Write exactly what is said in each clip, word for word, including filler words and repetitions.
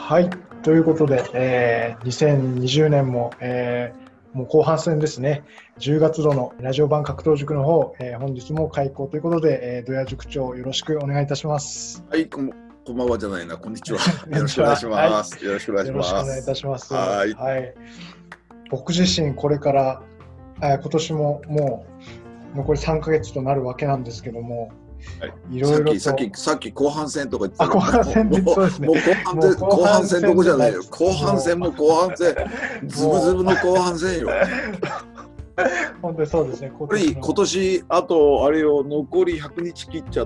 はい、ということで、えーにせんにじゅうねんも、えーもう後半戦ですね。じゅうがつ度のラジオ版格闘塾の方、えー本日も開講ということで、えー、土屋塾長よろしくお願いいたします。 はい、こん、こんばんはじゃないな、こんにちは。 こんよろにちは。 しくお願いします。よろしくお願いしよろしくお願いいたます。 します。 はい。 はい。僕自身これから、えー今年ももう残りさんかげつとなるわけなんですけども、 はい、 いろいろとさっき、さっき、さっき後半戦とか言ってたあ、後半戦ってもう、 そうですね。 もう後半戦、後半戦どこじゃないよ。後半戦も後半戦、ズブズブの後半戦よ。 本当にそうですね。今これ今年あとあれを残りひゃくにち切っちゃって、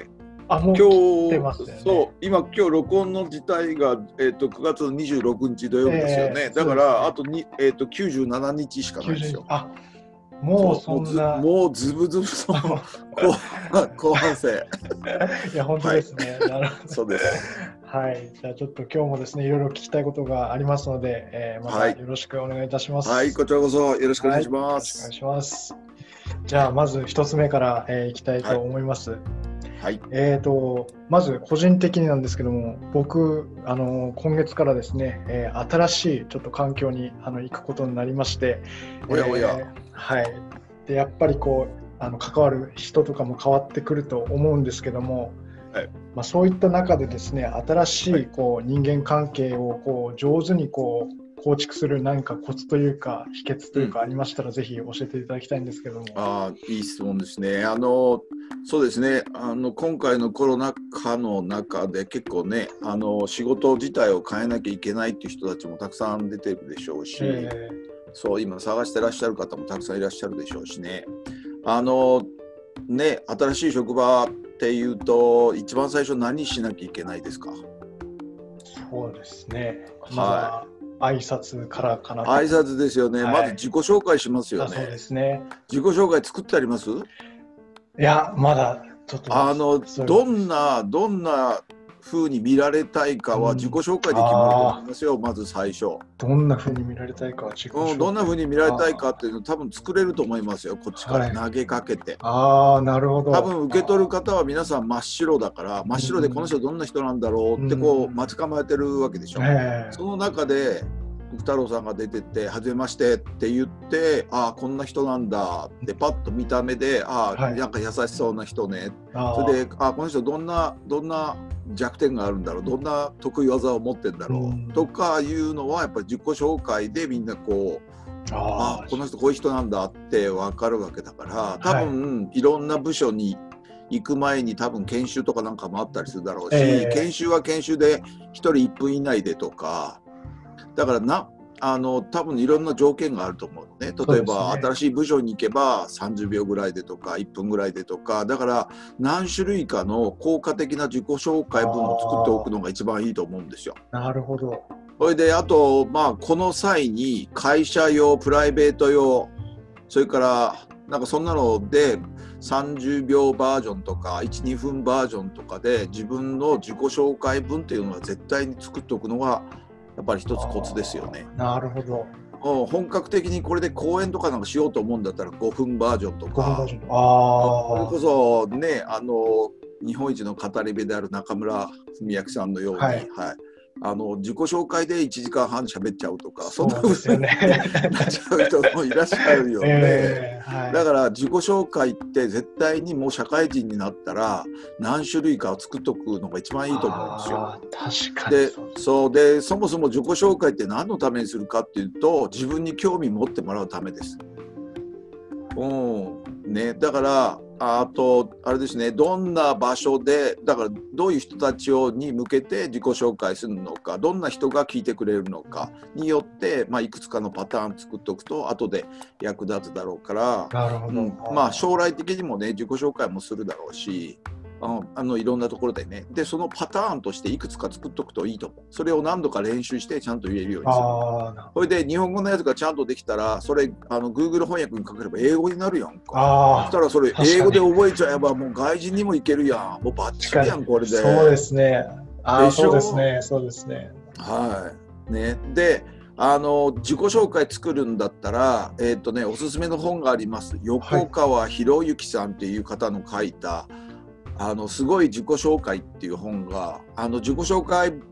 あ、もう今来てますよね。 そう今今日録音の自体がえっ、とくがつのにじゅうろくにち土曜日ですよね。 えーだから、 ね、 あとにえっ、ときゅうじゅうななにちしかないですよ。 あ、もうそんなもうズブズブの後半戦。 いや本当ですね。はい、なるほど。 そうです。 はい。じゃあちょっと今日もですね、いろいろ聞きたいことがありますので、えー、またよろしくお願いいたします。 はい、はい、こちらこそよろしくお願いします。 はい、よろしくお願いします。じゃあまず一つ目から、えー、いきたいと思います。はいはい、えーとまず個人的になんですけども、僕あの今月からですね、えー、新しいちょっと環境にあの行くことになりまして、 おやおや、 えー、はい。でやっぱりこうあの関わる人とかも変わってくると思うんですけども、はい、まあ、そういった中でですね、新しいこう人間関係をこう上手にこう構築する何かコツというか秘訣というかありましたら、うん、ぜひ教えていただきたいんですけども。 あ、いい質問ですね。あのそうですね、あの今回のコロナ禍の中で結構ね、あの仕事自体を変えなきゃいけないっていう人たちもたくさん出てるでしょうし、えー、そう今探してらっしゃる方もたくさんいらっしゃるでしょうしね。あのね、新しい職場っていうと一番最初何しなきゃいけないですか？ そうですね、はい、挨拶からかなと。 挨拶ですよね、はい、まず自己紹介しますよね。 そうですね。 自己紹介作ってあります？いや、まだちょっとあのどんなどんな風に見られたいかは自己紹介で決まると思いますよ、うん、まず最初。 どんな風に見られたいかは自己紹介、 うん、どんな風に見られたいかっていうの多分作れると思いますよ、こっちから投げかけて。はい、 ああ、なるほど。 多分受け取る方は皆さん真っ白だから、真っ白でこの人どんな人なんだろうってこう待ち構えてるわけでしょ。うん、その中で福太郎さんが出てって「はじめまして」って言って「ああこんな人なんだ」ってパッと見た目で「ああ、はい、なんか優しそうな人ね」それで「ああこの人どんなどんな弱点があるんだろう、どんな得意技を持ってんだろう」うん、とかいうのはやっぱり自己紹介でみんなこう「ああこの人こういう人なんだ」って分かるわけだから多分、はい、いろんな部署に行く前に多分研修とかなんかもあったりするだろうし、えー、研修は研修でひとりいっぷん以内でとか。だからなあの多分いろんな条件があると思うのね。例えば、ね、新しい部署に行けばさんじゅうびょうぐらいでとかいっぷんぐらいでとか、だから何種類かの効果的な自己紹介文を作っておくのが一番いいと思うんですよ。 なるほど。 それであと、まあ、この際に会社用プライベート用それからなんかそんなのでさんじゅうびょうバージョンとかいち、にふんバージョンとかで自分の自己紹介文っていうのは絶対に作っておくのがやっぱり一つコツですよね。 なるほど。 本格的にこれで講演とかなんかしようと思うんだったらごふんバージョンとか、あそれこそね、あの日本一の語り部である中村文明さんのように、はいはい、あの自己紹介でいちじかんはん喋っちゃうとか、そんな風になっちゃう人もいらっしゃるよね。えーはい、だから自己紹介って絶対にもう社会人になったら何種類かを作っとくのが一番いいと思うんですよ。 確かにで、そうで、そもそも自己紹介って何のためにするかっていうと自分に興味持ってもらうためです。うんね、だからあとあれですね、どんな場所でだからどういう人たちをに向けて自己紹介するのか、どんな人が聞いてくれるのかによって、まあ、いくつかのパターン作っておくと後で役立つだろうから、 なるほど、 うん、まあ将来的にもね自己紹介もするだろうし、ああのいろんなところでね、でそのパターンとしていくつか作っておくといいと思う。それを何度か練習してちゃんと言えるようにする。それで日本語のやつがちゃんとできたらそれあの Google 翻訳にかければ英語になるやんか。あそしたらそれ英語で覚えちゃえばもう外人にもいけるやん。もうバッチリやんこれで。 そうですね。あそうですね。そうですね。 はいね。であの自己紹介作るんだったら、えーっとね、おすすめの本があります。横川博之さんっていう方の書いた、はい、あのすごい自己紹介っていう本があの自己紹介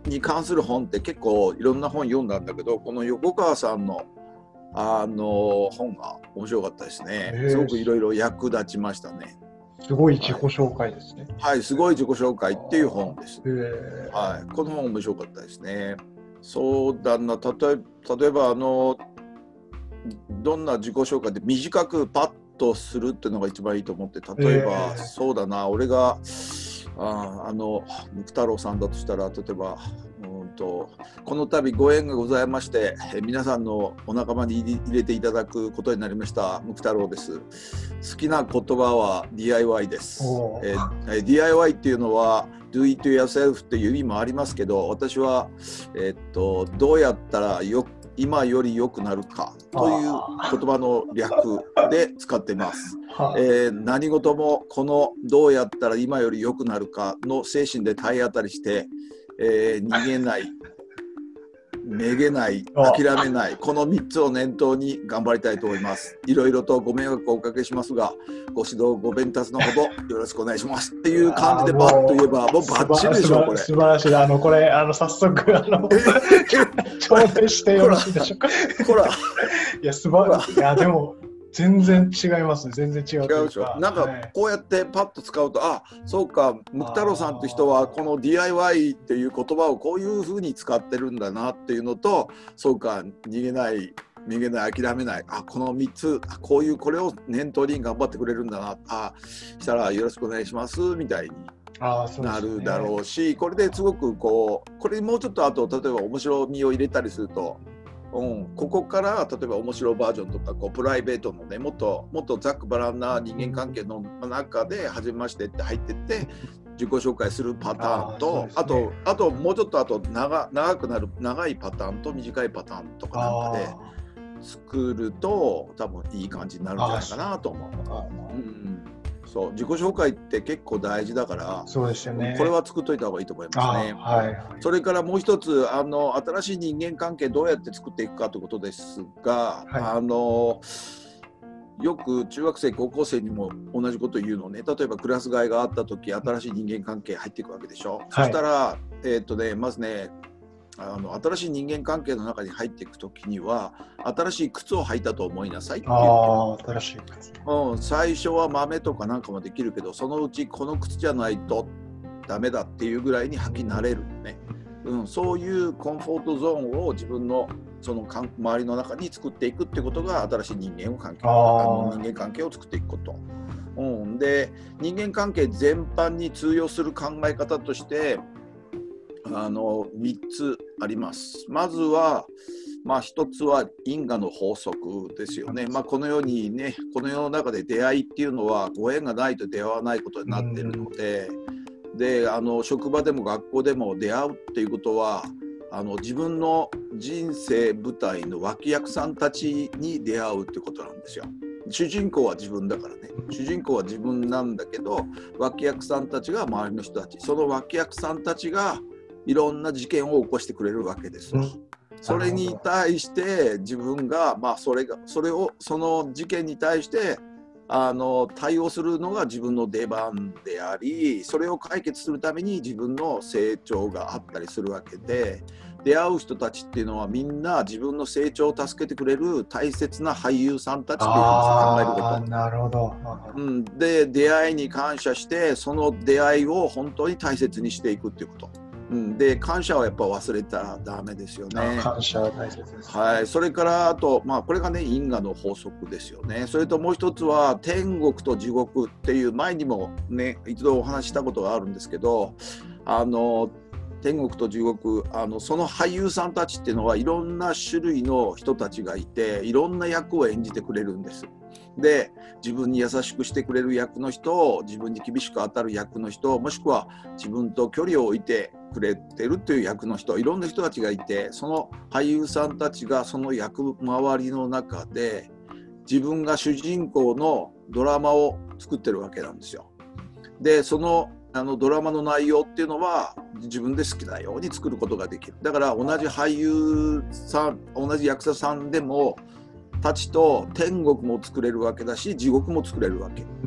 に関する本って結構いろんな本読んだんだけど、この横川さんのあの本が面白かったですね。すごくいろいろ役立ちましたね。 すごい自己紹介ですね。 はい、はい、すごい自己紹介っていう本です。はい、この本面白かったですね。そうだな、例え例えばあのどんな自己紹介で短くパッとするっていうのが一番いいと思って、例えば、えー、そうだな、俺がああのムク太郎さんだとしたら、例えばうんとこの度ご縁がございまして、え皆さんのお仲間に入れていただくことになりましたムク太郎です。好きな言葉は ディーアイワイ です。えー、ディーアイワイ っていうのは Do it yourself っていう意味もありますけど、私は、えー、っとどうやったらよ今より良くなるかという言葉の略で使っています。えー、何事もこのどうやったら今より良くなるかの精神で体当たりして、えー、逃げない、めげない、諦めない、このみっつを念頭に頑張りたいと思います。いろいろとご迷惑をおかけしますが、ご指導ご鞭達のほどよろしくお願いしますっていう感じでバッと言えばもうバッチリでしょこれ。 素晴らしい。あのこれあの早速あの頂戴してよろしいでしょうか。 ほら、いや素晴らしい。いやでも全然違いますね。全然違う。 違うでしょ。なんかこうやってパッと使うと、はい、あ、そうか、ムク太郎さんって人はこの ディーアイワイ っていう言葉をこういうふうに使ってるんだなっていうのと、そうか、逃げない、逃げない、諦めない、あ、このみっつ、こういうこれを念頭に頑張ってくれるんだな、あ、したらよろしくお願いしますみたいになるだろうし、あ、これですごくこう、これもうちょっとあと例えば面白みを入れたりすると。うん、ここから例えば面白バージョンとかこうプライベートのね、もっともっとざっくばらんな人間関係の中で初めましてって入ってって自己紹介するパターンと、あとあともうちょっとあと 長, 長くなる長いパターンと短いパターンとかなんかで作ると多分いい感じになるんじゃないかなと思う。うん、そう、自己紹介って結構大事だから、 そうですよね、 これは作っといた方がいいと思いますね。はいはい、それからもう一つ、あの新しい人間関係どうやって作っていくかということですが、はい、あのよく中学生高校生にも同じこと言うのね。例えばクラス替えがあった時、新しい人間関係入っていくわけでしょ。はい、そしたら、えーっとね、まずね、あの新しい人間関係の中に入っていくときには新しい靴を履いたと思いなさいって言って、 あ、新しい靴、 うん、最初は豆とかなんかもできるけど、そのうちこの靴じゃないとダメだっていうぐらいに履き慣れるね、うん、そういうコンフォートゾーンを自分のその周りの中に作っていくってことが新しい人間を関係あの人間関係を作っていくこと、うん、で人間関係全般に通用する考え方としてあのみっつあります。まずは、まあ、ひとつは因果の法則ですよね。まあ、このようにね、この世の中で出会いっていうのはご縁がないと出会わないことになっているので、であの職場でも学校でも出会うっていうことはあの自分の人生舞台の脇役さんたちに出会うってことなんですよ。主人公は自分だからね。主人公は自分なんだけど、脇役さんたちが周りの人たち、その脇役さんたちがいろんな事件を起こしてくれるわけです。うん、それに対して自分が、まあ、それがそれをその事件に対してあの対応するのが自分の出番であり、それを解決するために自分の成長があったりするわけで、出会う人たちっていうのはみんな自分の成長を助けてくれる大切な俳優さんたちっていうふうに考えること。 なるほど、 うん、で出会いに感謝してその出会いを本当に大切にしていくっていうこと。うん、で感謝はやっぱ忘れたらダメですよね。 感謝は大切です、 はい、それからあと、まあ、これがね因果の法則ですよね。それともう一つは天国と地獄っていう前にもね一度お話ししたことがあるんですけど、あの天国と地獄、あのその俳優さんたちっていうのはいろんな種類の人たちがいて、いろんな役を演じてくれるんです。で自分に優しくしてくれる役の人、自分に厳しく当たる役の人、もしくは自分と距離を置いてくれてるという役の人、いろんな人たちがいて、その俳優さんたちがその役回りの中で自分が主人公のドラマを作ってるわけなんですよ。でそのあのドラマの内容っていうのは自分で好きなように作ることができる。だから同じ俳優さん、同じ役者さんでもたちと天国も作れるわけだし地獄も作れるわけ。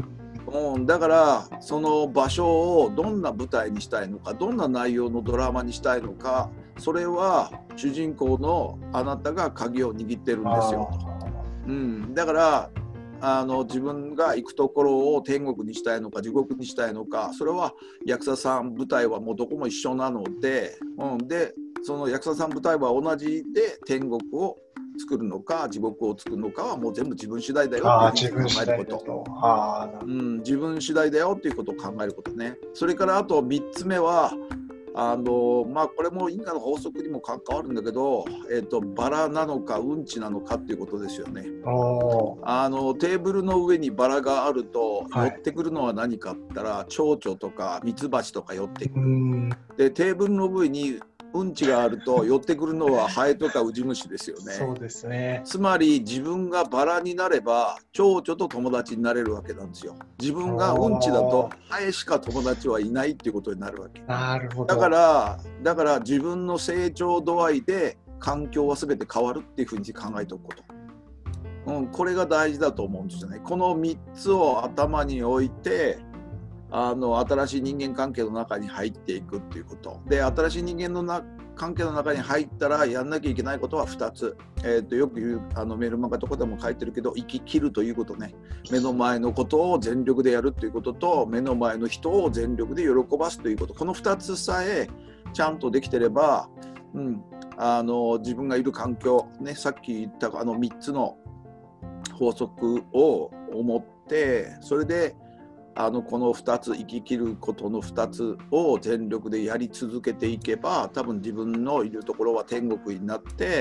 うん、だからその場所をどんな舞台にしたいのか、どんな内容のドラマにしたいのか、それは主人公のあなたが鍵を握ってるんですよと。うん、だからあの自分が行くところを天国にしたいのか地獄にしたいのか、それは役者さん舞台はもうどこも一緒なので、うん、でその役者さん舞台は同じで天国を作るのか地獄を作るのかはもう全部自分次第だよっていうふうに考えること。うん、自分次第だよっていうことを考えることね。それからあとみっつめはあのまあこれも因果の法則にも関わるんだけど、えーと、バラなのかうんちなのかっていうことですよね。あのテーブルの上にバラがあると、はい、寄ってくるのは何かって言ったら蝶々とかミツバチとか寄ってくる。でテーブルの上にうんちがあると寄ってくるのはハエとかウジ虫ですよね。 そうですね。 つまり自分がバラになれば蝶々と友達になれるわけなんですよ。自分がうんちだとハエしか友達はいないっていうことになるわけ。 なるほど。 だからだから自分の成長度合いで環境は全て変わるっていうふうに考えておくこと、うん、これが大事だと思うんですよね。このみっつを頭に置いてあの新しい人間関係の中に入っていくっていうことで、新しい人間のな関係の中に入ったらやんなきゃいけないことはふたつ、えー、とよく言うあのメルマガとかでも書いてるけど、生き切るということね。目の前のことを全力でやるということと、目の前の人を全力で喜ばすということ、このふたつさえちゃんとできてれば、うん、あの自分がいる環境、ね、さっき言ったあのみっつの法則を思って、それであのこのふたつ、生き切ることのふたつを全力でやり続けていけば、多分自分のいるところは天国になって、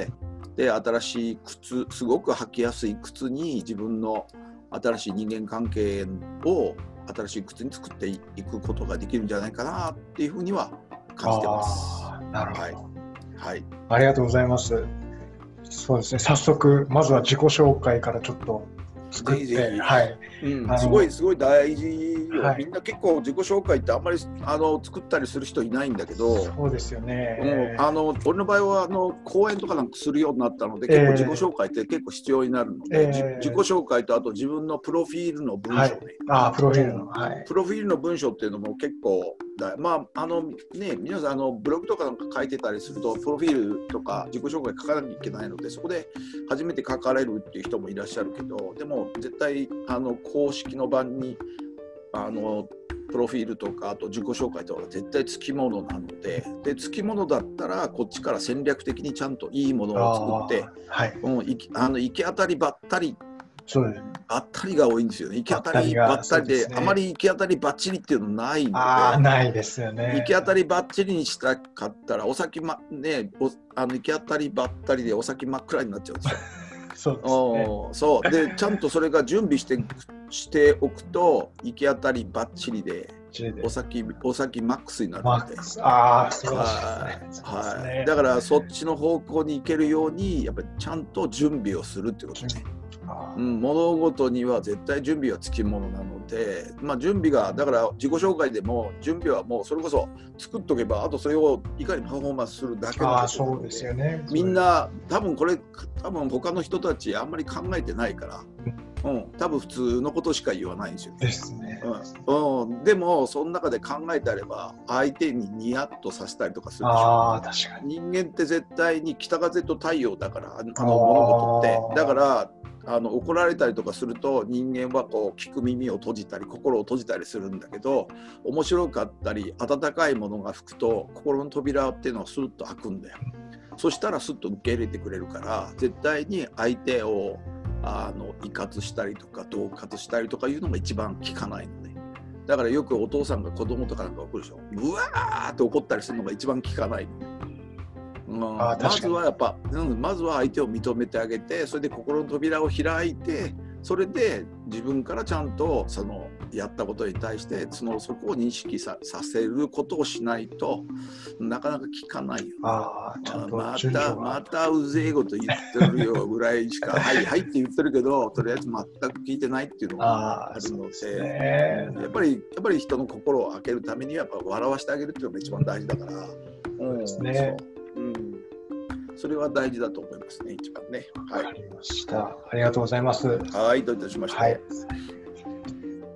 で新しい靴、すごく履きやすい靴に自分の新しい人間関係を新しい靴に作っていくことができるんじゃないかなっていうふうには感じてます。 なるほど、 はいはい、 ありがとうございます。そうですね、早速まずは自己紹介からちょっと作って、はい、 うん、すごいすごい大事よ、はい、みんな結構自己紹介ってあんまりあの作ったりする人いないんだけど、 そうですよね、 うん、あの俺の場合はあの講演とかなんかするようになったので、結構自己紹介って結構必要になるので、えー、自己紹介とあと自分のプロフィールの文章ね、 はい、あプロフィールの、はい、 プロフィールの文章っていうのも結構だ、まああのね、皆さんあのブログとかなんか書いてたりするとプロフィールとか自己紹介書かなきゃいけないので、そこで初めて書かれるっていう人もいらっしゃるけど、でも絶対あの公式の場にあのプロフィールとかあと自己紹介とか絶対つきものなので、でつきものだったらこっちから戦略的にちゃんといいものを作って、はい、うん、いあの行き当たりばったりそうです、 ばったりが多いんですよね。行き当たりばったり で, で、ね、あまり行き当たりばっちりっていうのないので、 あないですよね。 行き当たりばっちりにしたかったらお先、まね、おあの行き当たりばったりでお先真っ暗になっちゃうんですよ。 そうですね。 そうでちゃんとそれが準備してしておくと行き当たりばっちりでお先お先マックスになるので、 ああ素晴らしいですね。 はい、だからそっちの方向に行けるようにやっぱりちゃんと準備をするっていうことね。うん、物事には絶対準備はつきものなので、まあ、準備がだから自己紹介でも準備はもうそれこそ作っとけばあとそれをいかにパフォーマンスするだけのことなので、 そうですよね、 みんな多分これ多分他の人たちあんまり考えてないから、うん、多分普通のことしか言わないんですよね。 ですね、 うんうん、でもその中で考えてあれば相手にニヤッとさせたりとかするでしょ。 あ確かに人間って絶対に北風と太陽だからあの物事ってだからあの怒られたりとかすると人間はこう聞く耳を閉じたり心を閉じたりするんだけど、面白かったり温かいものが吹くと心の扉っていうのはスッと開くんだよ。そしたらスッと受け入れてくれるから、絶対に相手をあの威嚇したりとか恫喝したりとかいうのが一番効かないのね。だからよくお父さんが子供とかなんか怒るでしょ。うわーって怒ったりするのが一番効かないのね。うん、まずはやっぱ、うん、まずは相手を認めてあげて、それで心の扉を開いて、それで自分からちゃんとそのやったことに対してそのそこを認識 さ, させることをしないとなかなか効かないよ。 あちゃんとまたまたうぜえこと言ってるよぐらいしかはいはいって言ってるけど、とりあえず全く聞いてないっていうのがあるの で, で、ね、やっぱりやっぱり人の心を開けるためにはやっぱ笑わせてあげるっていうのが一番大事だから。 そうですね。 うん、それは大事だと思いますね、一番ね。 はい。わかりました。ありがとうございます。 はい、どういたしまして。 はい。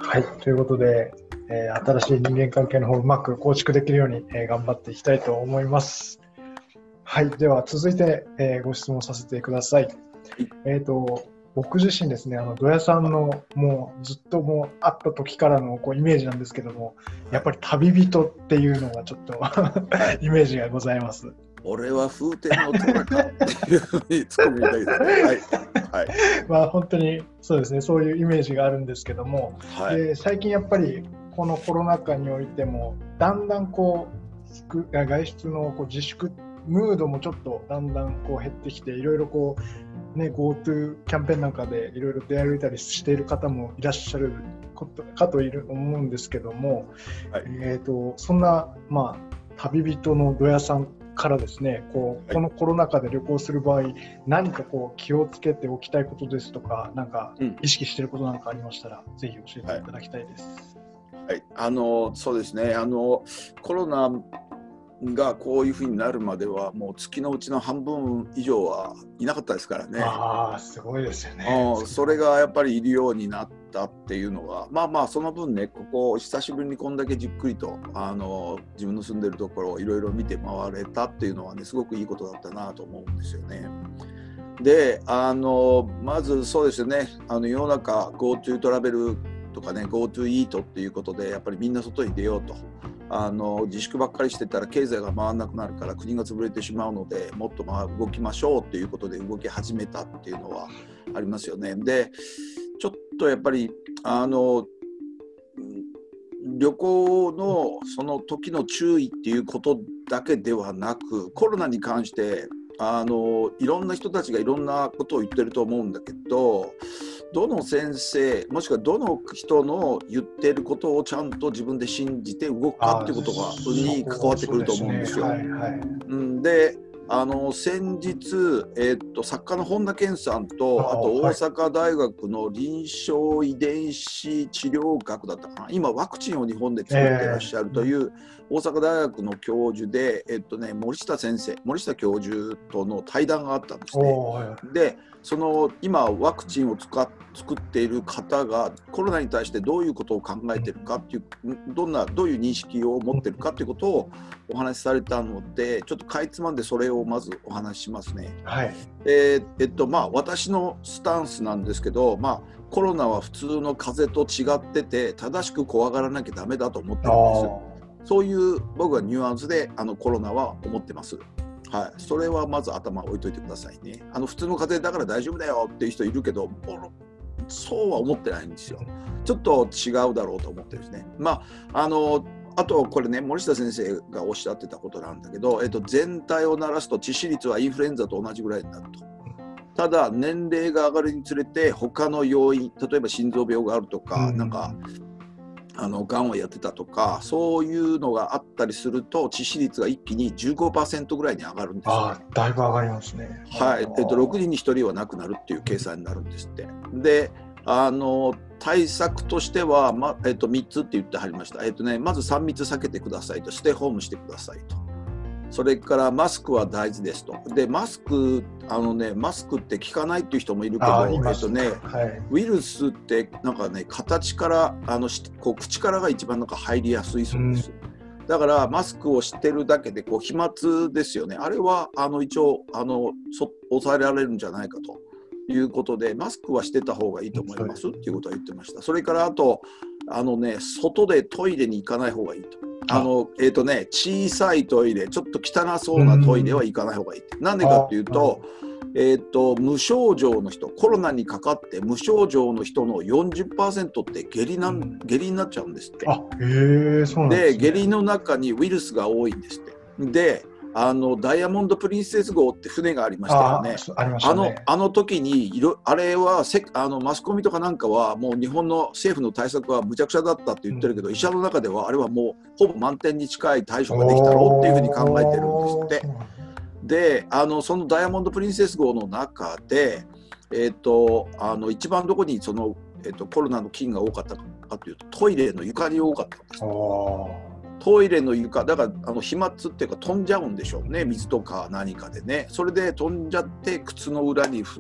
はい、ということで、えー、新しい人間関係の方をうまく構築できるように、えー、頑張っていきたいと思います。はい、では続いて、えー、ご質問させてください。えーと、僕自身ですね、あのドヤさんのもうずっともう会った時からのこうイメージなんですけども、やっぱり旅人っていうのがちょっとイメージがございます。 俺は風天の虎かっていうふうにツッコミたいですね。はい。はい。 まあ本当にそうですね、そういうイメージがあるんですけども、はい、で最近やっぱりこのコロナ禍においてもだんだんこう外出のこう自粛ムードもちょっとだんだんこう減ってきて、いろいろこうね GoTo キャンペーンなんかでいろいろ出歩いたりしている方もいらっしゃることかといる思うんですけども、はい、えーとそんなまあ旅人のドヤさんからですね、こうこのコロナ禍で旅行する場合、何かこう気をつけておきたいことですとか、なんか意識していることなんかありましたら、うん、ぜひ教えていただきたいです。 はい、あのそうですね、あのコロナがこういうふうになるまではもう月のうちの半分以上はいなかったですからね。 ああ、すごいですよね。 それがやっぱりいるようになったっていうのは、まあまあその分ね、ここ久しぶりにこんだけじっくりとあの自分の住んでるところをいろいろ見て回れたっていうのはね、すごくいいことだったなと思うんですよね。で、あのまずそうですよね、あの世の中 GoTo トラベルとかね GoTo イートっていうことでやっぱりみんな外に出ようと。あの自粛ばっかりしてたら経済が回らなくなるから国が潰れてしまうので、もっとまあ動きましょうっていうことで動き始めたっていうのはありますよね。でちょっとやっぱりあの旅行のその時の注意っていうことだけではなく、コロナに関してあのいろんな人たちがいろんなことを言ってると思うんだけど、どの先生もしくはどの人の言っていることをちゃんと自分で信じて動くかっていうことがに関わってくると思うんですよ。で、あの先日、えー、っと作家の本田健さんと、あと大阪大学の臨床遺伝子治療学だったかな、今ワクチンを日本で作ってらっしゃるという大阪大学の教授で、えーっとね、森下先生森下教授との対談があったんですね。でその今ワクチンを使っ作っている方がコロナに対してどういうことを考えているかっていう、どんなどういう認識を持っているかということをお話しされたので、ちょっとかいつまんでそれをまずお話ししますね。はい。えー、えっとまあ私のスタンスなんですけど、まあコロナは普通の風邪と違ってて正しく怖がらなきゃダメだと思ってるんです。そういう僕はニュアンスであのコロナは思ってます。はい、それはまず頭置いといてくださいね。あの普通の風邪だから大丈夫だよっていう人いるけど、そうは思ってないんですよ。ちょっと違うだろうと思ってるんですね。まああのあとこれね、森下先生がおっしゃってたことなんだけど、えっと、全体をならすと致死率はインフルエンザと同じぐらいになると。ただ年齢が上がるにつれて他の要因、例えば心臓病があるとか、うん、なんかあのがんをやってたとか、そういうのがあったりすると致死率が一気に じゅうごパーセント ぐらいに上がるんです、ね。 あ、だいぶ上がりますね。 はい、えっと、ろくにんにひとりは亡くなるっていう計算になるんですって。で、あの対策としては、まえっと、みっつって言ってはりました。えっとね、まずさん密避けてくださいと、ステイホームしてくださいと。それからマスクは大事ですと。でマスクあのねマスクって効かないっていう人もいるけど、えっとね、はい、ウイルスってなんかね形からあのこう口からが一番なんか入りやすいそうです。うん、だからマスクをしてるだけでこう飛沫ですよね。あれはあの一応あのそ抑えられるんじゃないかということで、マスクはしてた方がいいと思いますっていうことは言ってました。それからあとあのね外でトイレに行かない方がいいと。あのえーとね、小さいトイレ、ちょっと汚そうなトイレは行かない方がいい。なんでかっていうと、えーと、無症状の人、コロナにかかって無症状の人の よんじゅっパーセント って下痢なん、下痢になっちゃうんですって。 あ、へー、そうなんですね。 で、下痢の中にウイルスが多いんですって。で、あのダイヤモンド・プリンセス号って船がありましたよね。あ、ありましたね。あの、あの時にいろあれはせあのマスコミとかなんかはもう日本の政府の対策はむちゃくちゃだったって言ってるけど、うん、医者の中ではあれはもうほぼ満点に近い対処ができたろうっていうふうに考えてるんですって。で、あのそのダイヤモンド・プリンセス号の中で、えー、とあの一番どこにその、えー、とコロナの菌が多かったかというとトイレの床に多かったんです。トイレの床だからあの飛沫っていうか飛んじゃうんでしょうね、水とか何かでね。それで飛んじゃって靴の裏に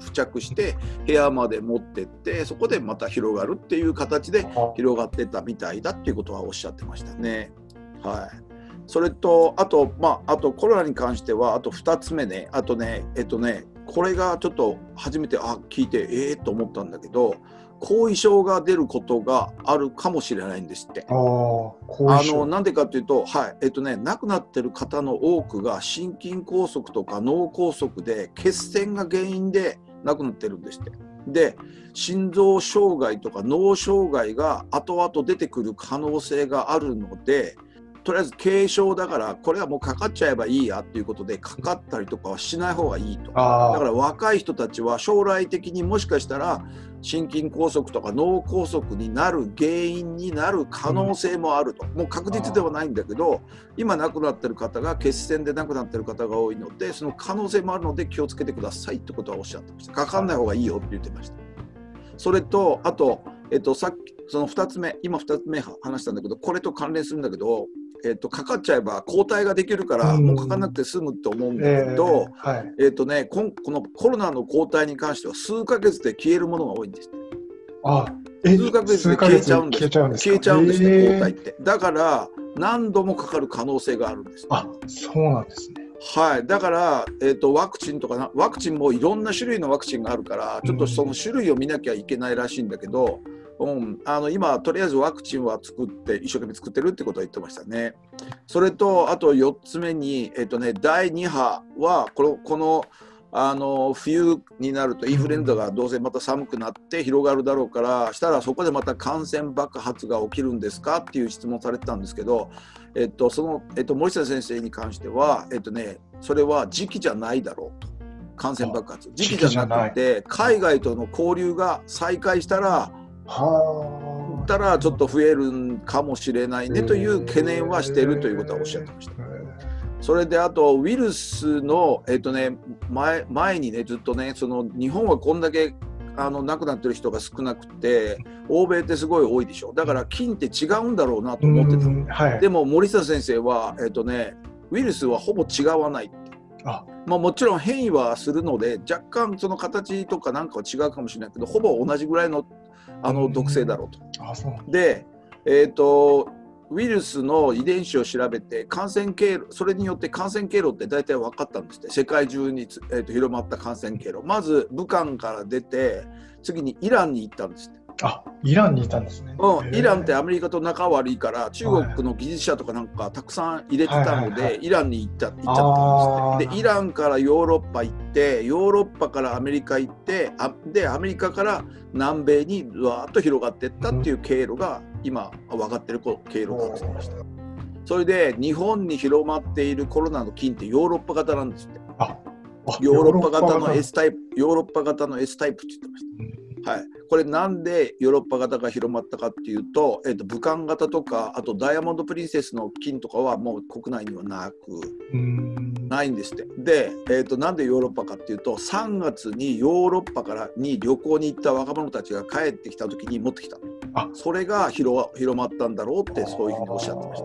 付着して部屋まで持ってってそこでまた広がるっていう形で広がってたみたいだっていうことはおっしゃってましたね。はい、それとあと、まあ、あとコロナに関してはあとふたつめね、あとねえっとねこれがちょっと初めてあ聞いてええー、と思ったんだけど、後遺症が出ることがあるかもしれないんですって。あのなんでかというと、はいえっとね、亡くなってる方の多くが心筋梗塞とか脳梗塞で血栓が原因で亡くなってるんですって。で心臓障害とか脳障害が後々出てくる可能性があるので、とりあえず軽症だからこれはもうかかっちゃえばいいやっていうことでかかったりとかはしない方がいいと。だから若い人たちは将来的にもしかしたら心筋梗塞とか脳梗塞になる原因になる可能性もあると、もう確実ではないんだけど今亡くなってる方が血栓で亡くなってる方が多いのでその可能性もあるので気をつけてくださいってことはおっしゃってました。かかんない方がいいよって言ってました。それとあと、えっと、さっきそのふたつめ今ふたつめ話したんだけどこれと関連するんだけど、えー、とかかっちゃえば抗体ができるからもうかかんなくて済むと思うんだけど、えーはいえーとね、こ, このコロナの抗体に関しては数ヶ月で消えるものが多いんです。 あえ数ヶ月で消えちゃうんです。消えちゃうんですね、えー、抗体って。だから何度もかかる可能性があるんです。 あ、そうなんですね。 はい、だから、えーと、ワクチンとかなワクチンもいろんな種類のワクチンがあるからちょっとその種類を見なきゃいけないらしいんだけど、うん、あの今とりあえずワクチンは作って一生懸命作ってるってことは言ってましたね。それとあとよっつめに、えーとね、だいに波はこの、このあの冬になるとインフルエンザがどうせまた寒くなって広がるだろうからしたらそこでまた感染爆発が起きるんですかっていう質問されてたんですけど、えっとそのえっと、森下先生に関しては、えっとね、それは時期じゃないだろうと。感染爆発時期じゃなくて海外との交流が再開したらはたらちょっと増えるかもしれないねという懸念はしているということはおっしゃってました。それであとウイルスの、えっとね、前, 前にねずっとねその日本はこんだけあの亡くなってる人が少なくて欧米ってすごい多いでしょ。だから菌って違うんだろうなと思ってた、はい、でも森下先生は、えっとね、ウイルスはほぼ違わないって。あまあ、もちろん変異はするので若干その形とかなんかは違うかもしれないけどほぼ同じぐらいの、あの毒性だろうと。あそうで、えーとウイルスの遺伝子を調べて感染経路それによって感染経路って大体分かったんですって。世界中に、えーと広まった感染経路まず武漢から出て次にイランに行ったんですって。 あ、イランにいたんですね。 うん、イランってアメリカと仲悪いから中国の技術者とかなんかたくさん入れてたのでイランに行っちゃ、行っちゃったんですって。でイランからヨーロッパ行ってヨーロッパからアメリカ行ってあでアメリカから南米にわーっと広がっていったっていう経路が今分かってる経路かもしれました。それで日本に広まっているコロナの菌ってヨーロッパ型なんですって。あヨーロッパ型の S タイプヨーロッパ型の S タイプって言ってました。はい、これなんでヨーロッパ型が広まったかっていうと、えーと、武漢型とかあとダイヤモンドプリンセスの菌とかはもう国内にはなくないんですって。で、えーと、なんでヨーロッパかっていうとさんがつにヨーロッパからに旅行に行った若者たちが帰ってきた時に持ってきた。あそれが 広, 広まったんだろうってそういうふうにおっしゃってました。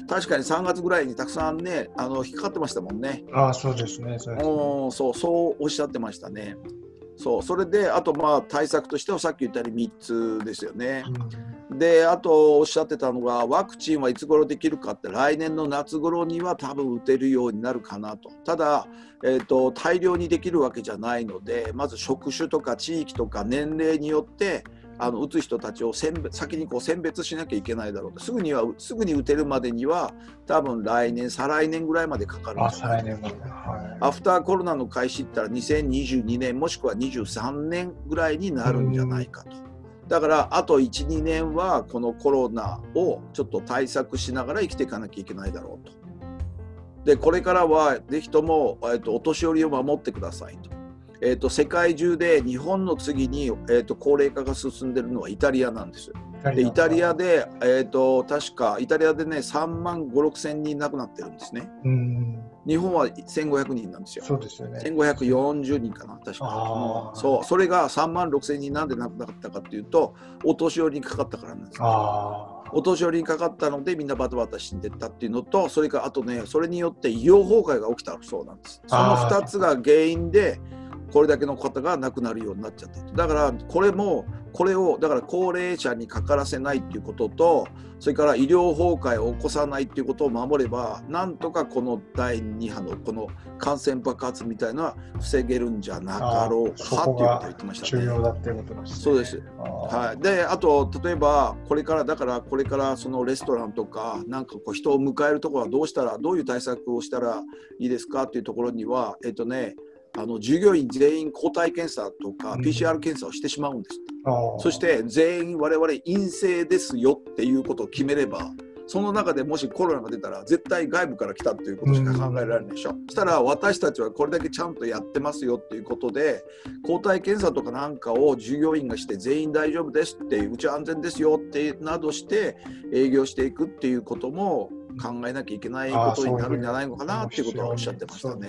確かにさんがつぐらいにたくさんねあの引っかかってましたもんね。 あそうですね。そうですね。 おそうそうおっしゃってましたね。そうそれであとまあ対策としてはさっき言ったようにみっつですよね。うん、であとおっしゃってたのがワクチンはいつ頃できるかって来年の夏頃には多分打てるようになるかなと。ただ、えーと、大量にできるわけじゃないのでまず職種とか地域とか年齢によってあの打つ人たちを選別先にこう選別しなきゃいけないだろうと。すぐにはすぐに打てるまでには多分来年再来年ぐらいまでかかるんじゃないかと。アフターコロナの開始って言ったらにせんにじゅうにねんもしくはにじゅうさんねんぐらいになるんじゃないかと。だからあと いちにねんはこのコロナをちょっと対策しながら生きていかなきゃいけないだろうと。でこれからはぜひとも、えっと、お年寄りを守ってくださいと。えー、と世界中で日本の次に、えー、と高齢化が進んでいるのはイタリアなんです。でイタリアで、えー、と確かイタリアでねさんまんごせんろくせんにん亡くなってるんですね。うん日本はせんごひゃくにんなんですよ。 そうですよね。 せんごひゃくよんじゅうにんかな確か。あそうそれがさんまんろくせんにんなんで亡くなったかっていうとお年寄りにかかったからなんです。あお年寄りにかかったのでみんなバタバタ死んでったっていうのとそれからあとねそれによって医療崩壊が起きたそうなんです。そのふたつが原因でこれだけの方が亡くなるようになっちゃった。だからこれもこれをだから高齢者にかからせないっていうことと、それから医療崩壊を起こさないっていうことを守れば、なんとかこのだいに波のこの感染爆発みたいなのは防げるんじゃなかろうかっていうことを言ってましたね。 重要だっていうことですね。 そうです。はい。で、あと例えばこれからだからこれからそのレストランとかなんかこう人を迎えるところはどうしたらどういう対策をしたらいいですかっていうところには、えっとね。あの従業員全員抗体検査とか ピーシーアール 検査をしてしまうんです、うん、そして全員我々陰性ですよっていうことを決めれば、その中でもしコロナが出たら絶対外部から来たっていうことしか考えられないでしょ、うん、そしたら私たちはこれだけちゃんとやってますよっていうことで、抗体検査とかなんかを従業員がして全員大丈夫ですっていう、うちは安全ですよってなどして営業していくっていうことも考えなきゃいけないことになるんじゃないのかなっていうことはおっしゃってましたね。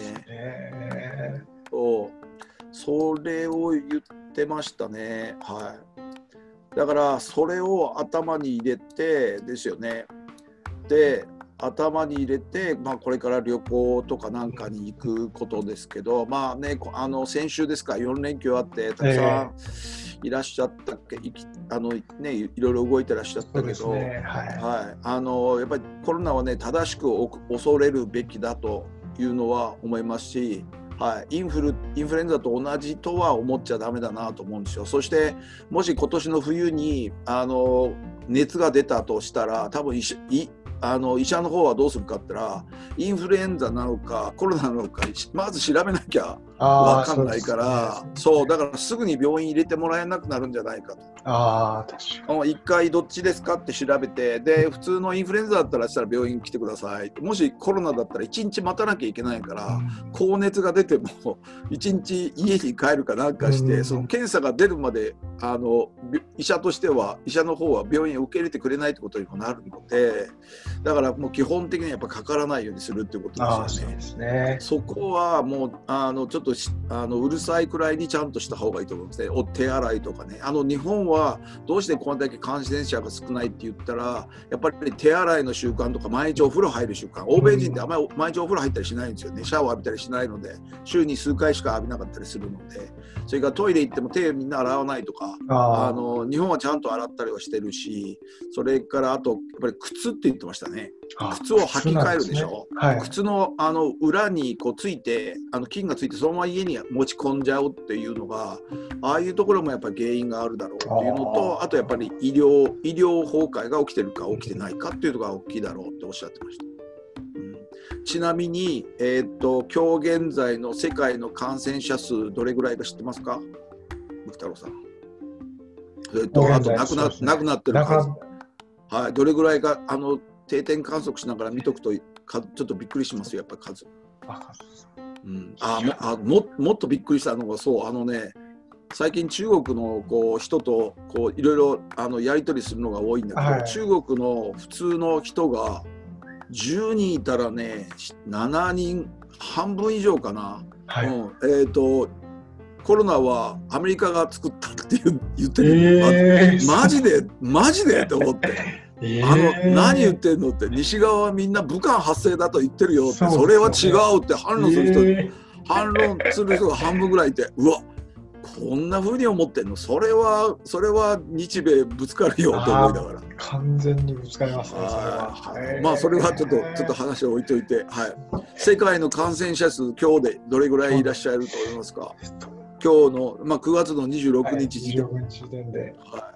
そう、それを言ってましたね。はい。だからそれを頭に入れてですよね。で、頭に入れて、まあ、これから旅行とかなんかに行くことですけど、まあね、あの先週ですか、よん連休あってたくさんいらっしゃったっけ、あのね、いろいろ動いてらっしゃったけど、ね、はい、はい、あのやっぱりコロナはね、正しく恐れるべきだというのは思いますし、はい、インフル、インフルエンザと同じとは思っちゃダメだなと思うんですよ。そしてもし今年の冬にあの熱が出たとしたら、多分いいあの医者の方はどうするかって言ったら、インフルエンザなのかコロナなのかまず調べなきゃ分かんないから、そうですね、そうだからすぐに病院入れてもらえなくなるんじゃないかと。 ああ、確かに。 一回どっちですかって調べて、で普通のインフルエンザだったらしたら病院来てください、もしコロナだったらいちにち待たなきゃいけないから、うん、高熱が出てもいちにち家に帰るかなんかして、うん、その検査が出るまであの医者としては医者の方は病院を受け入れてくれないってことにもなるので、だからもう基本的にやっぱかからないようにするっていうことですよね。 そ, ねそこはもうあのちょっとあのうるさいくらいにちゃんとした方がいいと思いますね。お手洗いとかね、あの日本はどうしてこれだけ感染者が少ないって言ったら、やっぱり手洗いの習慣とか毎日お風呂入る習慣、欧米人ってあんまり毎日お風呂入ったりしないんですよね。シャワー浴びたりしないので、週に数回しか浴びなかったりするので、それからトイレ行っても手みんな洗わないとか、ああの日本はちゃんと洗ったりはしてるし、それからあとやっぱり靴って言ってましたね。靴を履き替えるでしょ、ね、はい、靴の、あの裏にこうついてあの菌がついてそのまま家に持ち込んじゃうっていうのが、ああいうところもやっぱり原因があるだろうっていうのと、 あ, あとやっぱり医療、医療崩壊が起きてるか起きてないかっていうのが大きいだろうっておっしゃってました。うん、ちなみに、えー、っと今日現在の世界の感染者数どれぐらいか知ってますか、福太郎さん。それとあと亡く な, 亡くなってる数、はい、どれぐらいかあの定点観測しながら見とくとかちょっとびっくりしますよ、やっぱり数。うん、あもあ も, もっとびっくりしたのが、そうあのね、最近中国のこう人とこういろいろあのやり取りするのが多いんだけど、はい、中国の普通の人がじゅうにんいたらね、しちにん、半分以上かな、はい、うん、えーとコロナはアメリカが作ったって言ってる、えー、マジでマジでって思って、えー、あの何言ってんのって、西側はみんな武漢発生だと言ってるよって、 そ, それは違うって反論する人、えー、反論する人が半分ぐらいいて、うわこんな風に思ってんの、それはそれは日米ぶつかるよと思いながら。 完全にぶつかりますね、それは。 えー、まあそれはちょっとちょっと話を置いといて、はい、世界の感染者数今日でどれぐらいいらっしゃると思いますか。今日の、まあ、くがつのにじゅうろくにち時点、 はい、時点で、はい、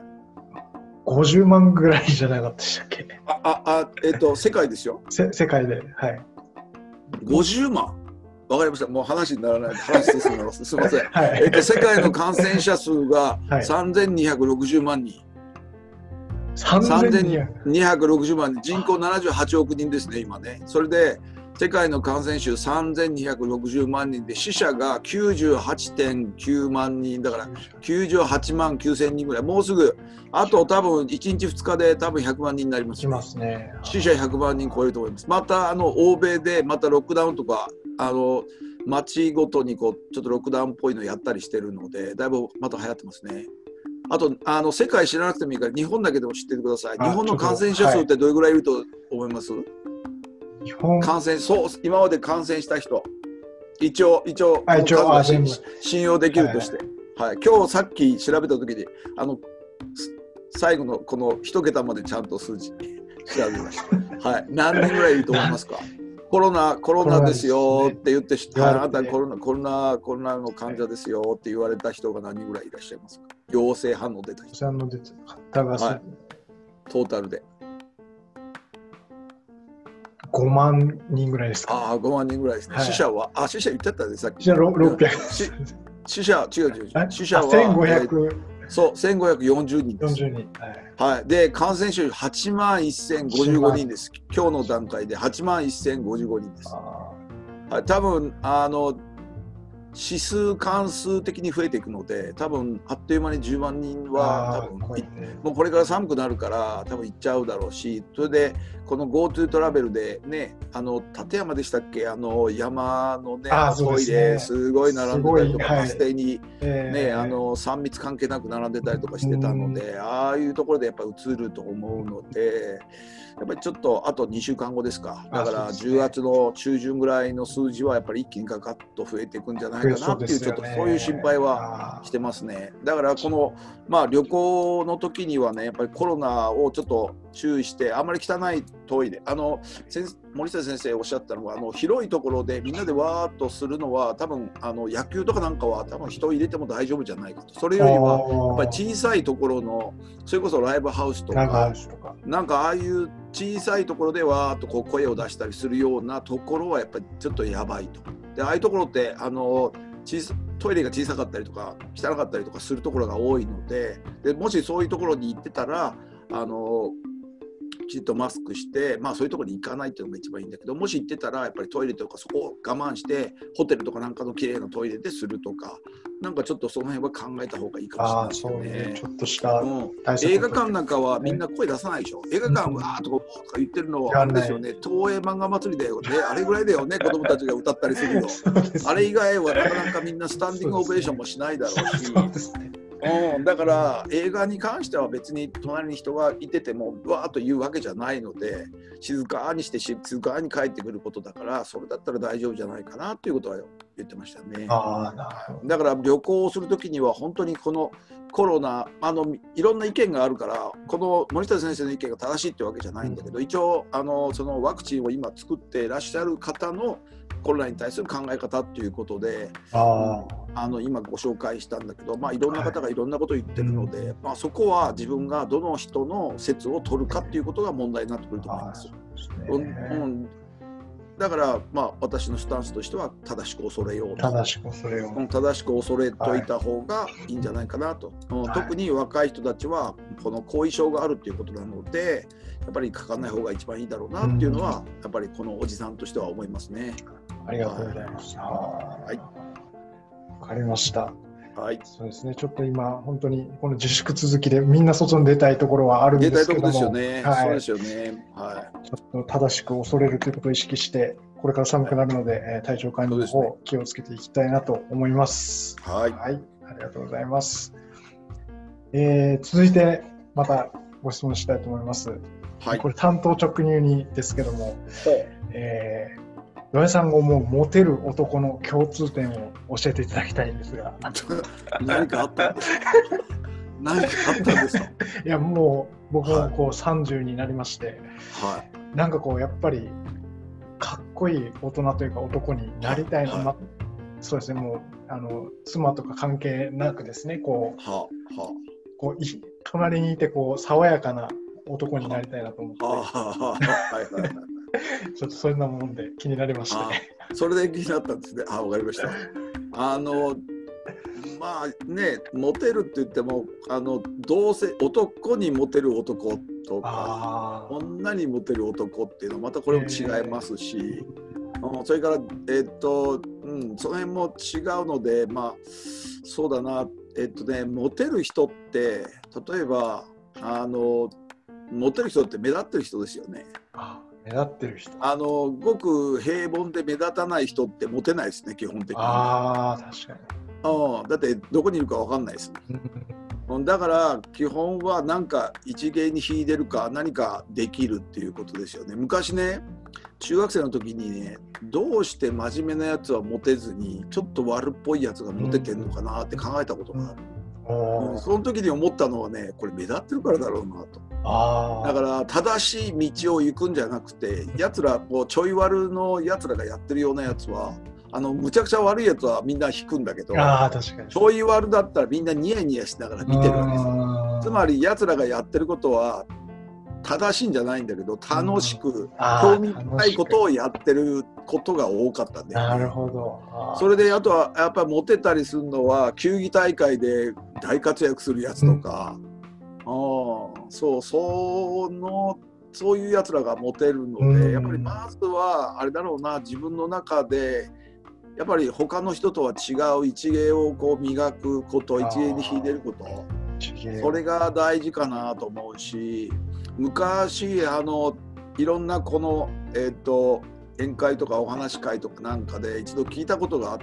ごじゅうまんぐらいじゃなかったでしたっけ。 あああ、えっと世界ですよ。 せ世界で、はい。 ごじゅうまん。わかりました。もう話にならない。話進みます。すみません。はい、えっと世界の感染者数がさんぜんにひゃくろくじゅうまんにん。さんぜんにひゃくろくじゅうまんにん、人口ななじゅうはちおくにんですね、今ね。それで世界の感染者さんぜんにひゃくろくじゅうまんにんで、死者が きゅうじゅうはちてんきゅうまんにんだからきゅうじゅうはちまんきゅうせんにんぐらい、もうすぐあと多分いちにちふつかで多分ひゃくまんにんになります、ね、 ますね。 死者ひゃくまんにん超えると思います。またあの欧米でまたロックダウンとかあの街ごとにこうちょっとロックダウンっぽいのやったりしてるので、だいぶまた流行ってますね。あとあの世界知らなくてもいいから日本だけでも知っててください。日本の感染者数ってどれぐらいいると思います？ 日本感染、そう今まで感染した人一応一応あ一応あ全部信用できるとして、はいはい、今日さっき調べた時にあの最後のこの一桁までちゃんと数字調べました。はい、何人ぐらいいると思いますか？コロナコロナですよって言って、はい、あなたコロナコロナコロナの患者ですよって言われた人が何人ぐらいいらっしゃいますか？陽性反応出た人。 陽性反応出た方が、はい、 トータルでごまんにんぐらいですか、ね。 ああ、ごまんにんぐらいですね。はい、死者は、あ、死者言っちゃったね、さっき。 死者ろっぴゃく。 死者、違う違う違う。死者はせんごひゃく。 そう、せんごひゃくよんじゅうにんです。 よんじゅうにん。 はい。はい、で、感染者はちまんせんごじゅうごにんです。今日の段階ではちまんせんごじゅうごにんです。はい、多分、あの、指数関数的に増えていくので、多分あっという間にじゅうまんにんは多分、ね、もうこれから寒くなるから多分行っちゃうだろうし、それでこの GoTo トラベルでね、あの立山でしたっけ、あの山のねトイレすごい並んでたりとか、バス停にね、あのさん密関係なく並んでたりとかしてたので、ああいうところでやっぱり移ると思うので、やっぱりちょっとあとにしゅうかんごですか、だからじゅうがつの中旬ぐらいの数字はやっぱり一気にガガッと増えていくんじゃないかなっていう、ちょっとそういう心配はしてますね。だからこのまあ旅行の時にはね、やっぱりコロナをちょっと注意して、あんまり汚いトイレ、あの森下先生おっしゃったのは、あの広いところでみんなでわーっとするのは多分あの野球とかなんかは多分人を入れても大丈夫じゃないかと。それよりはやっぱり小さいところの、それこそライブハウスとかなんかああいう小さいところでわーっとこう声を出したりするようなところはやっぱりちょっとやばいと。でああいうところってあの小さトイレが小さかったりとか汚かったりとかするところが多いので、でもしそういうところに行ってたらあのきちっとマスクして、まあそういうところに行かないっていうのが一番いいんだけど、もし行ってたらやっぱりトイレとかそこを我慢してホテルとかなんかの綺麗なトイレでするとか、なんかちょっとその辺は考えた方がいいかもしれないですね。 ちょっとした対策、うん、映画館なんかはみんな声出さないでしょ。映画館わーっとか言ってるのはあれですよね、東映漫画祭りだよね、あれぐらいだよね、子供たちが歌ったりするのあれ以外はなかなかみんなスタンディングオベーションもしないだろうし、うん、だから映画に関しては別に隣に人がいててもわーっと言うわけじゃないので、静かにして静かに帰ってくることだから、それだったら大丈夫じゃないかなということは言ってましたね。あ、なるほど。だから旅行をするときには本当にこのコロナ、あのいろんな意見があるから、この森下先生の意見が正しいってわけじゃないんだけど、一応あのそのワクチンを今作っていらっしゃる方のコロナに対する考え方ということで、ああの今ご紹介したんだけど、まあ、いろんな方がいろんなことを言ってるので、はい、まあ、そこは自分がどの人の説を取るかっていうことが問題になってくると思います。うん、だから、まあ、私のスタンスとしては正しく恐れようと、 正しく恐れよう、 正しく恐れといた方がいいんじゃないかなと、はい、特に若い人たちはこの後遺症があるということなので、やっぱりかかんない方が一番いいだろうなっていうのは、やっぱりこのおじさんとしては思いますね。 ありがとうございます。はい、わかりました。はい、そうですね。ちょっと今本当にこの自粛続きでみんな外に出たいところはあるんですけども、 出たいところですよね。はい、そうですよね。 はい。ちょっと正しく恐れるということを意識して、これから寒くなるので、はい、体調管理の方気をつけていきたいなと思います。 はい。 はい。ありがとうございます。えー、続いてまたご質問したいと思います。はい。これ単刀直入にですけども、はい、えー岩井さんが思うモテる男の共通点を教えていただきたいんですが何かあったんですか何かあったんですかいや、もう僕もこうさんじゅうになりまして、はい、なんかこうやっぱりかっこいい大人というか男になりたいな、はいはい、そうですね、もうあの妻とか関係なくですね、こう、ははこうい隣にいてこう爽やかな男になりたいなと思って、ははいはいはいちょっとそんなもんで気になりましたね。 それで気になったんですね。あ、わかりました。あのまあね、モテるって言っても、あのどうせ男にモテる男とか女にモテる男っていうのはまたこれも違いますし、うん、それからえっと、うん、その辺も違うので、まあそうだな、えっとね、モテる人って例えばあのモテる人って目立ってる人ですよね。 あ、目立ってる人。 あのごく平凡で目立たない人ってモテないですね、基本的に。 ああ、確かに。 あ、だってどこにいるか分かんないですもんだから基本は何か一芸に秀でるか何かできるっていうことですよね。昔ね、 中学生の時にね、どうして真面目なやつはモテずにちょっと悪っぽいやつがモテてんのかなって考えたことがある、うんうん、その時に思ったのはね、これ目立ってるからだろうなと。あだから正しい道を行くんじゃなくて、やつらこうちょい悪のやつらがやってるようなやつはあのむちゃくちゃ悪いやつはみんな引くんだけど、あ確かにちょい悪だったらみんなニヤニヤしながら見てるわけですよ。つまりやつらがやってることは正しいんじゃないんだけど、楽しく、興味深いことをやってることが多かったんで、ね、 なるほど。 それであとはやっぱりモテたりするのは球技大会で大活躍するやつとか、うん、あそうそのそういうやつらがモテるので、うん、やっぱりまずはあれだろうな、自分の中でやっぱり他の人とは違う一芸をこう磨くこと、一芸に秀でること、それが大事かなと思うし、昔あのいろんなこの、えー、と宴会とかお話し会とかなんかで一度聞いたことがあって、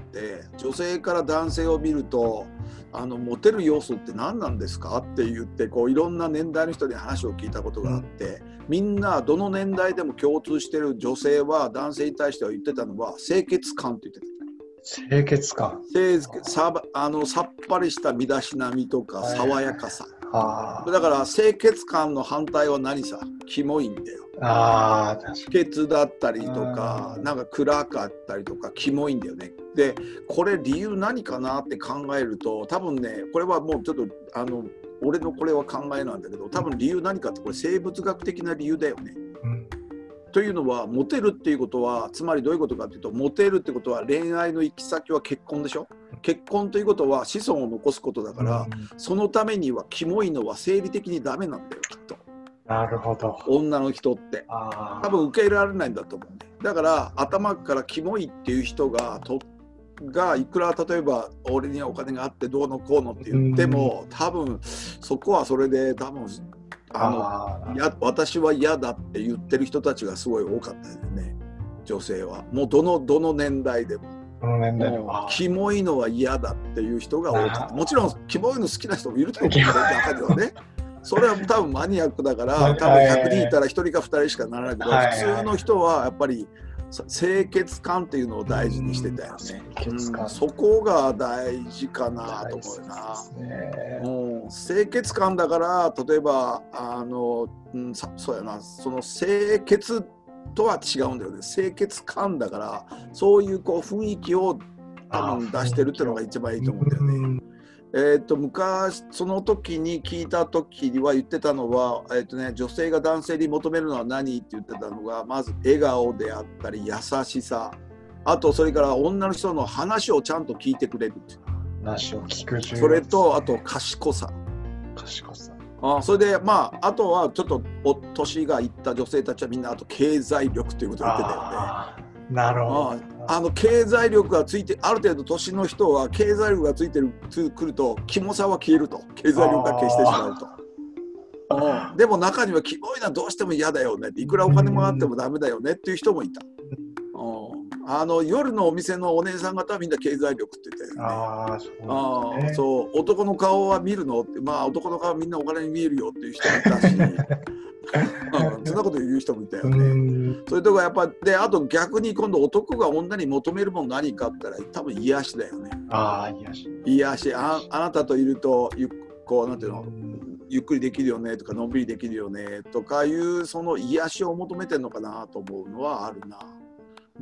女性から男性を見るとあのモテる要素って何なんですかって言ってこういろんな年代の人に話を聞いたことがあって、うん、みんなどの年代でも共通してる女性は男性に対しては言ってたのは清潔感って言ってた。 清潔感さあのさっぱりした身だしなみとか爽やかさ、はい、だから清潔感の反対は何さ、キモいんだよ。あ確かに不潔だったりとかなんか暗かったりとかキモいんだよね。でこれ理由何かなって考えると、多分ねこれはもうちょっとあの俺のこれは考えなんだけど、多分理由何かってこれ生物学的な理由だよね、うん、というのはモテるっていうことはつまりどういうことかというと、モテるってことは恋愛の行き先は結婚でしょ。結婚ということは子孫を残すことだから、うん、そのためにはキモいのは生理的にダメなんだよきっと。 なるほど。 女の人って多分受け入れられないんだと思うんで、だから頭からキモいっていう人がとがいくら例えば俺にはお金があってどうのこうのって言っても、多分そこはそれで多分あのや私は嫌だって言ってる人たちがすごい多かったですね。女性はもうどのどの年代でも、 どの年代でもキモいのは嫌だっていう人が多かった。もちろんキモいの好きな人もいると思うんですよ中にはね。それは多分マニアックだから多分ひゃくにんいたらひとりかふたりしかならないけど、普通の人はやっぱり清潔感っていうのを大事にしてたよね。うん、そこが大事かなと思うな。ね、うん、清潔感だから例えばあの、うん、そうやな、その清潔とは違うんだよね。清潔感だからそういうこう雰囲気を多分出してるっていうのが一番いいと思うんだよね。えー、と昔その時に聞いた時には言ってたのは、えーとね、女性が男性に求めるのは何って言ってたのが、まず笑顔であったり優しさ、あとそれから女の人の話をちゃんと聞いてくれるっていう、 話を聞く、 それとあと賢さ賢さあそれでまああとはちょっとお年がいった女性たちはみんなあと経済力ということを言ってたよね。 なるほど。 ああの経済力がついてある程度年の人は経済力がついてるつくるとキモさは消えると、経済力が消してしまうと。でも中にはキモいのはどうしても嫌だよねって、いくらお金もあってもダメだよねっていう人もいた。あの夜のお店のお姉さん方はみんな経済力って言ったよね。あそうですね。あそう男の顔は見るのって、まあ男の顔はみんなお金に見えるよっていう人もいたしうん、そんなこと言う人もいたよね。それとかやっぱで、あと逆に今度男が女に求めるもの何かって言ったら多分癒しだよね。 ああ癒し。 癒し あ, あなたといるとゆこうなんていうのゆっくりできるよねとかのんびりできるよねとかいうその癒しを求めてるのかなと思うのはあるな。うん、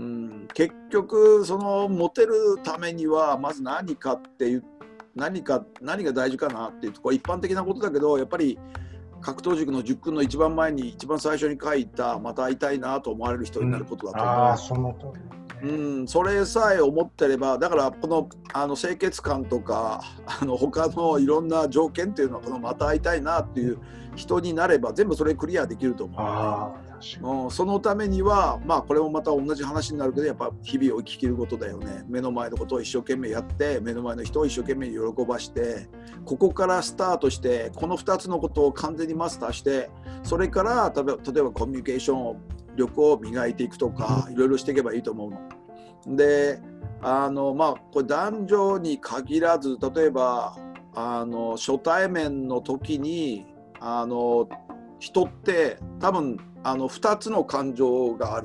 結局そのモテるためにはまず何かっていう何か何が大事かなっていうとこれ一般的なことだけど、やっぱり格闘塾の塾君の一番前に一番最初に書いたまた会いたいなと思われる人になることだと思う、うん、あその通り、うん、それさえ思ってれば、だからこのあの清潔感とかあの他のいろんな条件っていうのはこのまた会いたいなっていう人になれば全部それクリアできると思う、ね、あうん、そのためにはまあこれもまた同じ話になるけど、やっぱ日々を生き切ることだよね。目の前のことを一生懸命やって目の前の人を一生懸命喜ばして、ここからスタートしてこのふたつのことを完全にマスターして、それから例えば、例えばコミュニケーション力を磨いていくとかいろいろしていけばいいと思うので、あのまあこれ男女に限らず、例えばあの初対面の時にあの人って多分あのふたつの感情があるわけ。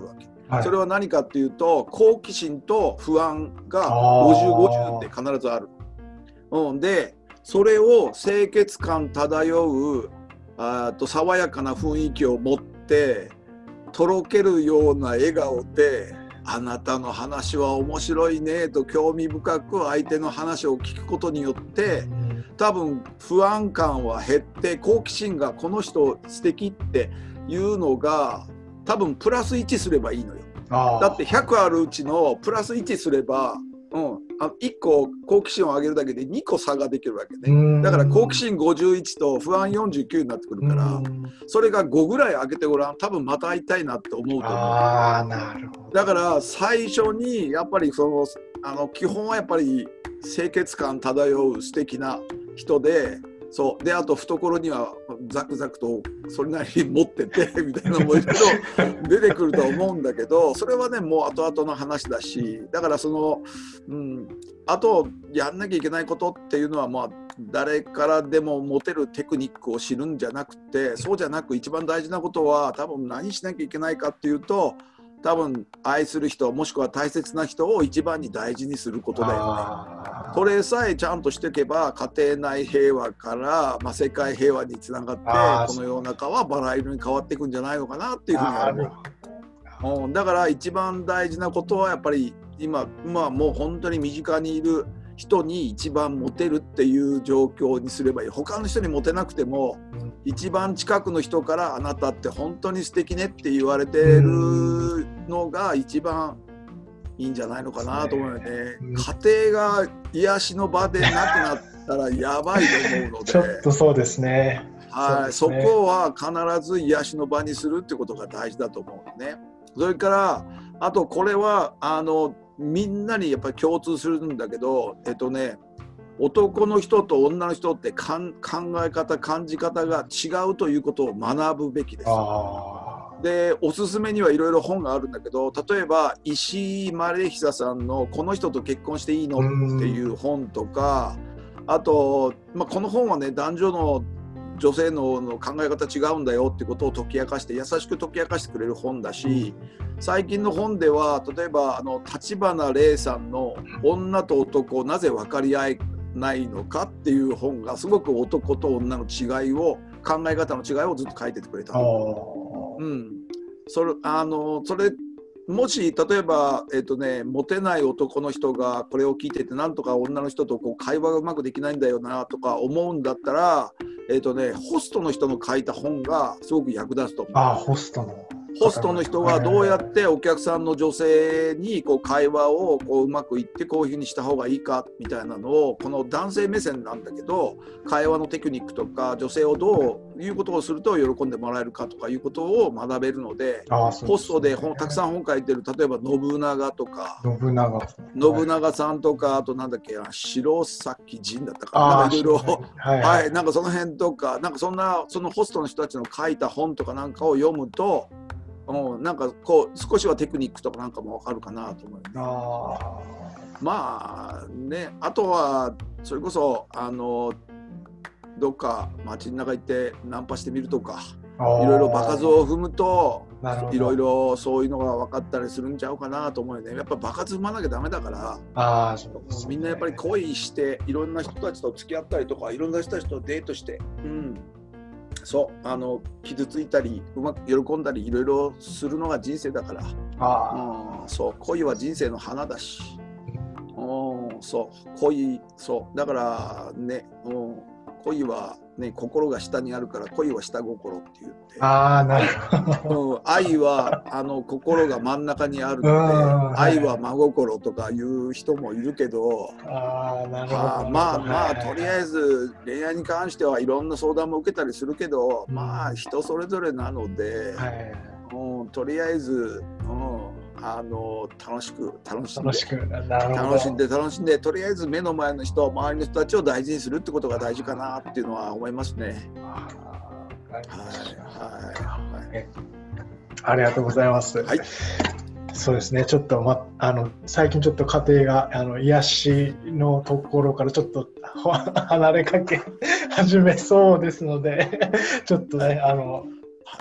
はい、それは何かっていうと好奇心と不安がごじゅう、ごじゅうって必ずある。うん、でそれを清潔感漂うあと爽やかな雰囲気を持ってとろけるような笑顔であなたの話は面白いねと興味深く相手の話を聞くことによって多分不安感は減って好奇心がこの人素敵っていうのが多分プラスいちすればいいのよ。だってひゃくあるうちのプラスいちすれば、うん、あいっこ好奇心を上げるだけでにこ差ができるわけね。だから好奇心ごじゅういちと不安よんじゅうきゅうになってくるからそれがごぐらい上げてごらん。多分また会いたいなって思うと思う。 あー、なるほど。 だから最初にやっぱりそのあの基本はやっぱり清潔感漂う素敵な人でそうであと懐にはザクザクとそれなりに持っててみたいなのもいろいろ出てくると思うんだけどそれはねもう後々の話だしだからその、うん、あとやんなきゃいけないことっていうのはまあ誰からでも持てるテクニックを知るんじゃなくてそうじゃなく一番大事なことは多分何しなきゃいけないかっていうと多分愛する人もしくは大切な人を一番に大事にすることだよね。それさえちゃんとしていけば家庭内平和から、まあ、世界平和につながってこの世の中はバラ色に変わっていくんじゃないのかなっていうふうに思う。うん、だから一番大事なことはやっぱり今、まあ、もう本当に身近にいる人に一番モテるっていう状況にすればいい。他の人にモテなくても一番近くの人からあなたって本当に素敵ねって言われてるのが一番いいんじゃないのかなと思うよね。家庭が癒しの場でなくなったらやばいと思うのでちょっとそうですね。 はい、そこは必ず癒しの場にするってことが大事だと思うのね。それからあとこれはあのみんなにやっぱり共通するんだけどえっとね男の人と女の人ってかん考え方感じ方が違うということを学ぶべきです。でおすすめにはいろいろ本があるんだけど例えば石井マレヒサさんの「この人と結婚していいの?」っていう本とかあと、まあ、この本はね男女の女性のの考え方違うんだよってことを解き明かして優しく解き明かしてくれる本だし最近の本では例えばあの立花玲さんの「女と男なぜ分かり合えないのか」っていう本がすごく男と女の違いを考え方の違いをずっと書いててくれた。うん、それあのそれもし例えば、えっとね、モテない男の人がこれを聞いててなんとか女の人とこう会話がうまくできないんだよなとか思うんだったら、えっとね、ホストの人の書いた本がすごく役立つと思う。 あ、ホストのホストの人がどうやってお客さんの女性にこう会話をこううまくいってこういうふうにした方がいいかみたいなのをこの男性目線なんだけど会話のテクニックとか女性をどういうことをすると喜んでもらえるかとかいうことを学べるので、ホストで本たくさん本書いてる例えば信長とか信長信長さんとかあとなんだっけ白崎仁だったかな、なんかいろいろはいはい、なんかその辺とかなんかそんなそのホストの人たちの書いた本とかなんかを読むとうん、なんかこう少しはテクニックとかなんかも分かるかなと思います。あまあねあとはそれこそあのどっか街の中行ってナンパしてみるとかいろいろ場数を踏むといろいろそういうのが分かったりするんちゃうかなと思うよね。やっぱ場数踏まなきゃダメだからあそうです、ね、みんなやっぱり恋していろんな人たちと付き合ったりとかいろんな人たちとデートして、うんそうあの傷ついたりうまく喜んだりいろいろするのが人生だからあ、うん、そう恋は人生の花だし、うん、そう恋そうだからね、うん、恋はね心が下にあるから恋は下心って言ってあなるほど、 うん、愛はあの心が真ん中にあるので愛は真心とかいう人もいるけどあなるほどあまあまあとりあえず恋愛に関してはいろんな相談も受けたりするけど、うん、まあ人それぞれなので、はいうん、とりあえず、うんあの楽しく楽しんで楽しく楽しんで楽しんでとりあえず目の前の人周りの人たちを大事にするってことが大事かなっていうのは思いますね。はいはいはい、ありがとうございます。はい、そうですねちょっと、ま、あの最近ちょっと家庭があの癒しのところからちょっと離れかけ始めそうですのでちょっとねあの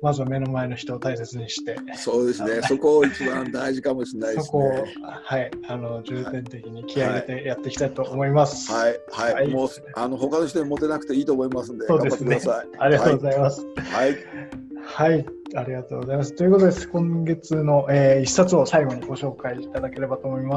まずは目の前の人を大切にして、 そうですね、そこを一番大事かもしれないですね。 そこを、はい、あの重点的に気合い入れてやっていきたいと思います。 はい、はい、はい、もうあの他の人にモテなくていいと思いますんで、頑張ってください。 ありがとうございます。 はい、 はい、ありがとうございます。ということで、今月の、えー、一冊を最後にご紹介いただければと思います。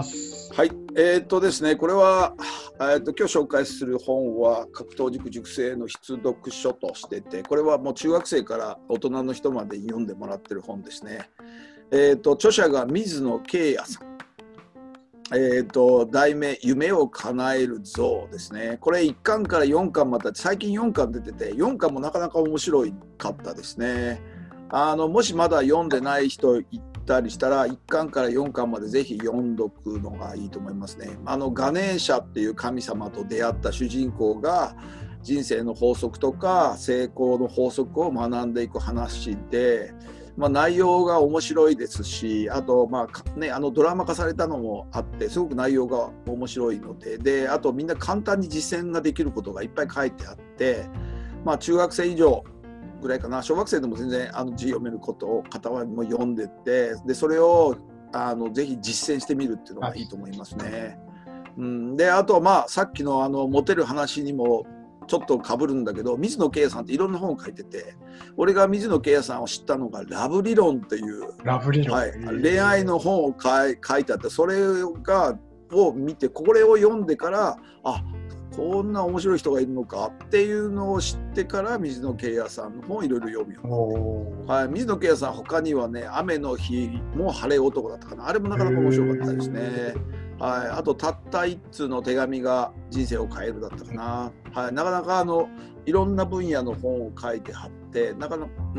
はい、えー、っとですね、これは、えー、っと今日紹介する本は格闘塾塾生の必読書としてて、これはもう中学生から大人の人まで読んでもらってる本ですね。えー、っと著者が水野圭也さん。えー、と題名「夢を叶える像」ですね。これいっかんからよんかんまた最近よんかん出てて、よんかんもなかなか面白かったですね。あのもしまだ読んでない人いたりしたらいっかんからよんかんまでぜひ読んどくのがいいと思いますね。あのガネーシャっていう神様と出会った主人公が人生の法則とか成功の法則を学んでいく話で、まあ、内容が面白いですし、あと、まあね、あのドラマ化されたのもあってすごく内容が面白いので、であとみんな簡単に実践ができることがいっぱい書いてあって、まあ、中学生以上ぐらいかな、小学生でも全然あの字読めることを片割りも読んでって、でそれをあのぜひ実践してみるっていうのがいいと思いますね。うん、であと、まあ、さっきのあのモテる話にもちょっとかぶるんだけど、水野圭也さんっていろんな本を書いてて、俺が水野圭也さんを知ったのがラブ理論っていうラブ理論、 はい、恋愛の本を書い、書いてあって、それがを見てこれを読んでから、あ、こんな面白い人がいるのかっていうのを知ってから水野圭也さんの本をいろいろ読むようになって、はい、水野圭也さん他にはね「雨の日も晴れ男」だったかな、あれもなかなか面白かったですね。はい、あと「たった一通の手紙が人生を変える」だったかな、はい、なかなかあのいろんな分野の本を書いてはってなかなか、うん、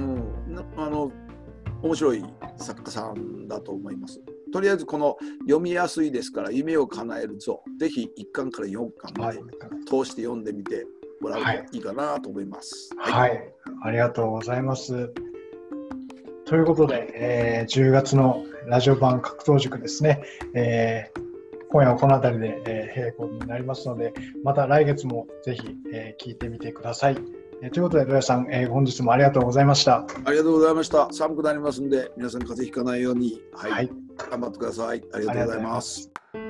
なあの面白い作家さんだと思います。とりあえずこの読みやすいですから「夢を叶える像」ぜひいっかんからよんかんまで通して読んでみてもらうといいかなと思います。 はい、はいはい、ありがとうございます。ということで、えー、じゅうがつのラジオ版格闘塾ですね、えー今夜はこの辺りで、えー、閉校になりますので、また来月もぜひ、えー、聞いてみてください。えー、ということで、土屋さん、えー、本日もありがとうございました。 ありがとうございました。寒くなりますので、皆さん風邪ひかないように、はいはい、頑張ってください。ありがとうございます。